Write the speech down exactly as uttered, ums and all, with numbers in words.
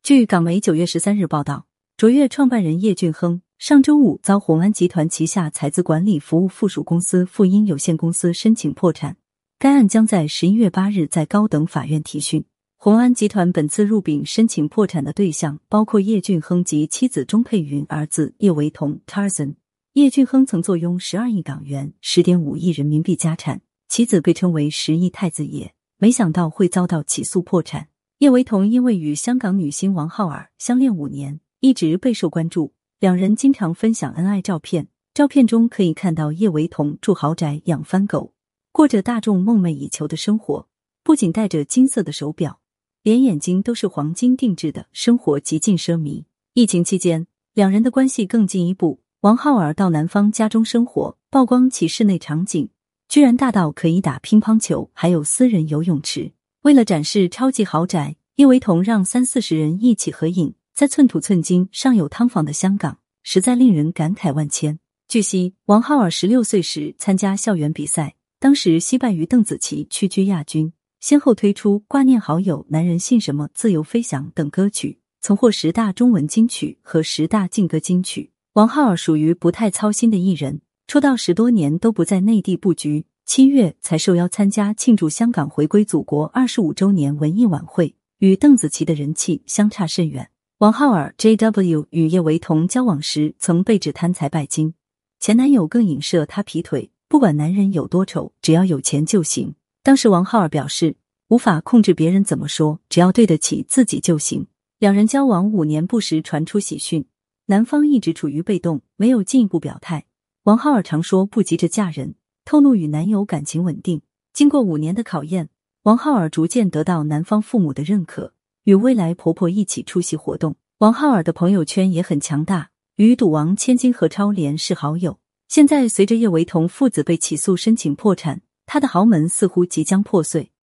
据港媒九月十三日报道，卓越创办人叶俊亨上周五遭宏安集团旗下财资管理服务附属公司富英有限公司申请破产，该案将在十一月八日在高等法院提讯。宏安集团本次入禀申请破产的对象包括叶俊亨及妻子钟佩云、儿子叶维彤 Tarzan。叶俊亨曾坐拥十二亿港元 十点五亿人民币家产，妻子被称为十亿太子爷，没想到会遭到起诉破产。叶维彤因为与香港女星王浩儿相恋五年，一直备受关注，两人经常分享恩爱照片，照片中可以看到叶维彤住豪宅、养番狗，过着大众梦寐以求的生活，不仅戴着金色的手表，连眼睛都是黄金定制的，生活极尽奢靡。疫情期间，两人的关系更进一步，王浩儿到男方家中生活，曝光其室内场景，居然大到可以打乒乓球，还有私人游泳池。为了展示超级豪宅，叶维彤让三四十人一起合影，在寸土寸金、尚有汤房的香港，实在令人感慨万千。据悉，王浩儿十六岁时参加校园比赛，当时惜败于邓紫棋，屈居亚军，先后推出《挂念好友》《男人信什么》《自由飞翔》等歌曲，曾获十大中文金曲和十大劲歌金曲。王浩儿属于不太操心的艺人，出道十多年都不在内地布局，七月才受邀参加庆祝香港回归祖国二十五周年文艺晚会，与邓紫棋的人气相差甚远。王浩儿 J W 与叶维彤交往时曾被指贪财拜金，前男友更影射他劈腿，不管男人有多丑，只要有钱就行。当时王浩儿表示，无法控制别人怎么说，只要对得起自己就行。两人交往五年，不时传出喜讯，男方一直处于被动，没有进一步表态。王浩儿常说不急着嫁人，透露与男友感情稳定。经过五年的考验，王浩儿逐渐得到男方父母的认可，与未来婆婆一起出席活动。王浩儿的朋友圈也很强大，与赌王千金何超莲是好友。现在随着叶维彤父子被起诉申请破产，他的豪门似乎即将破碎。